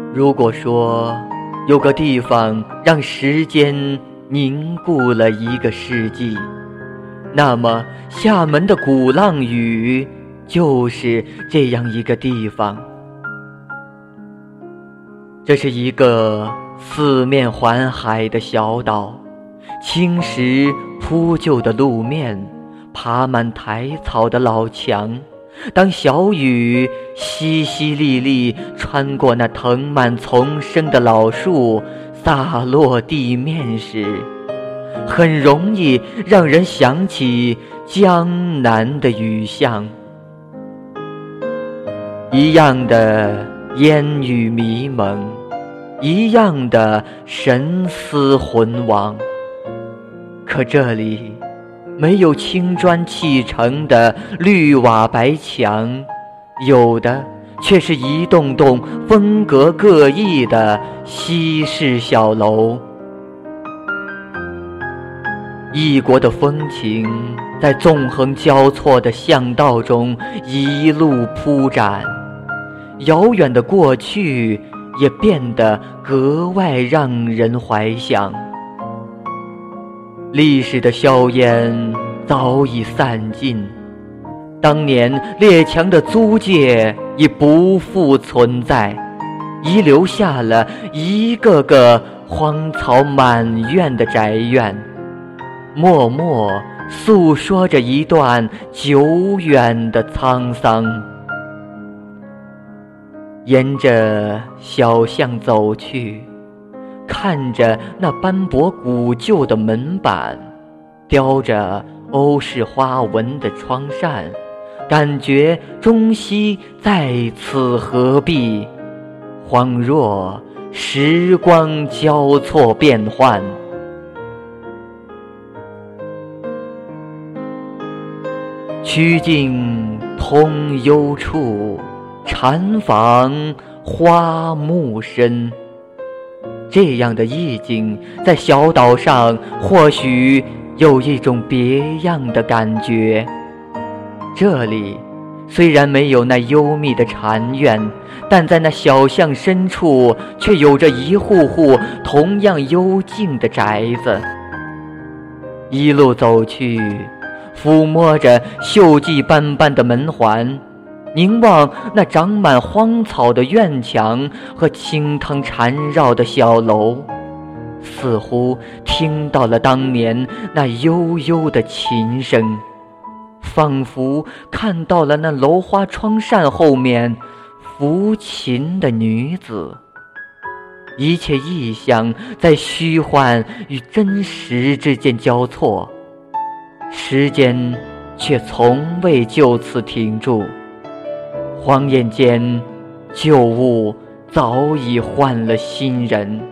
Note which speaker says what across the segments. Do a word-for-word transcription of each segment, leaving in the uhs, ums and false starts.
Speaker 1: 如果说有个地方让时间凝固了一个世纪，那么厦门的鼓浪屿就是这样一个地方。这是一个四面环海的小岛，青石铺就的路面，爬满苔草的老墙。当小雨淅淅沥沥穿过那藤蔓丛生的老树，洒落地面时，很容易让人想起江南的雨巷，一样的烟雨迷蒙，一样的神思魂往。可这里没有青砖砌成的绿瓦白墙，有的却是一栋栋风格各异的西式小楼。异国的风情在纵横交错的巷道中一路铺展，遥远的过去也变得格外让人怀想。历史的硝烟早已散尽，当年列强的租界已不复存在，遗留下了一个个荒草满院的宅院，默默诉说着一段久远的沧桑。沿着小巷走去，看着那斑驳古旧的门板，雕着欧式花纹的窗扇，感觉中西在此何必，恍若时光交错变幻。曲径通幽处，禅房花木深。这样的意境在小岛上或许有一种别样的感觉。这里虽然没有那幽密的禅院，但在那小巷深处却有着一户户同样幽静的宅子。一路走去，抚摸着锈迹斑斑的门环，凝望那长满荒草的院墙和青藤缠绕的小楼，似乎听到了当年那悠悠的琴声，仿佛看到了那楼花窗扇后面抚琴的女子。一切意象在虚幻与真实之间交错，时间却从未就此停住。晃眼间，旧物早已换了新人。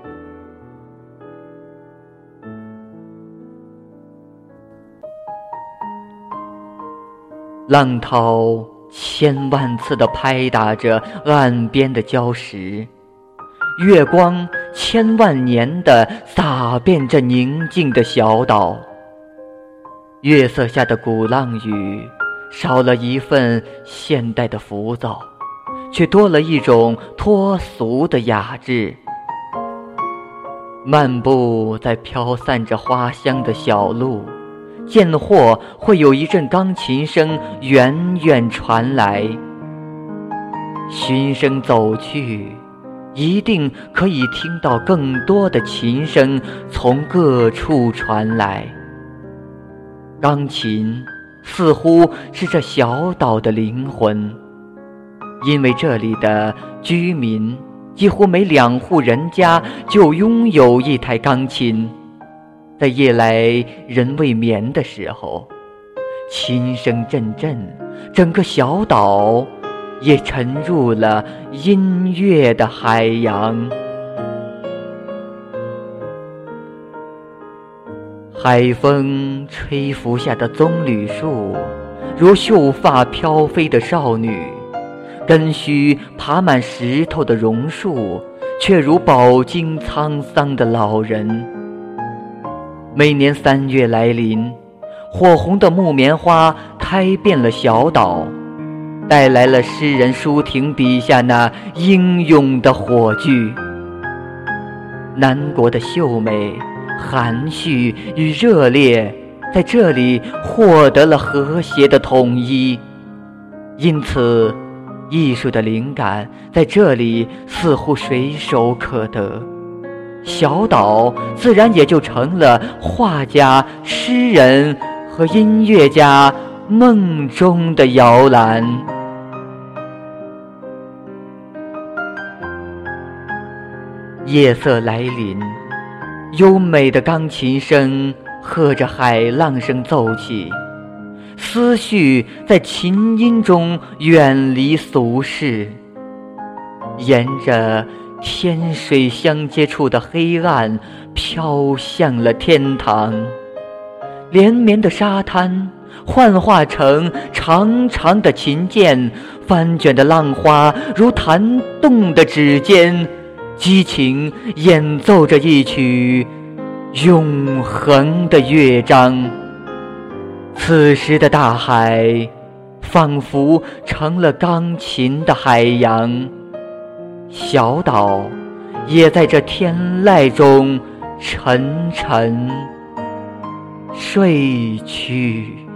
Speaker 1: 浪涛千万次地拍打着岸边的礁石，月光千万年地洒遍这宁静的小岛。月色下的鼓浪屿少了一份现代的浮躁，却多了一种脱俗的雅致。漫步在飘散着花香的小路，见或会有一阵钢琴声远远传来，循声走去，一定可以听到更多的琴声从各处传来。钢琴似乎是这小岛的灵魂，因为这里的居民几乎每两户人家就拥有一台钢琴。在夜来人未眠的时候，琴声阵阵，整个小岛也沉入了音乐的海洋。海风吹拂下的棕榈树，如秀发飘飞的少女；根须爬满石头的榕树，却如饱经沧桑的老人。每年三月来临，火红的木棉花开遍了小岛， 带来了诗人舒婷笔下那英勇的火炬。南国的秀美、含蓄与热烈在这里获得了和谐的统一，因此艺术的灵感在这里似乎随手可得，小岛自然也就成了画家、诗人和音乐家梦中的摇篮。夜色来临，优美的钢琴声和着海浪声奏起，思绪在琴音中远离俗世，沿着天水相接处的黑暗飘向了天堂。连绵的沙滩幻化成长长的琴键，翻卷的浪花如弹动的指尖，激情演奏着一曲永恒的乐章。此时的大海仿佛成了钢琴的海洋，小岛也在这天籁中沉沉睡去。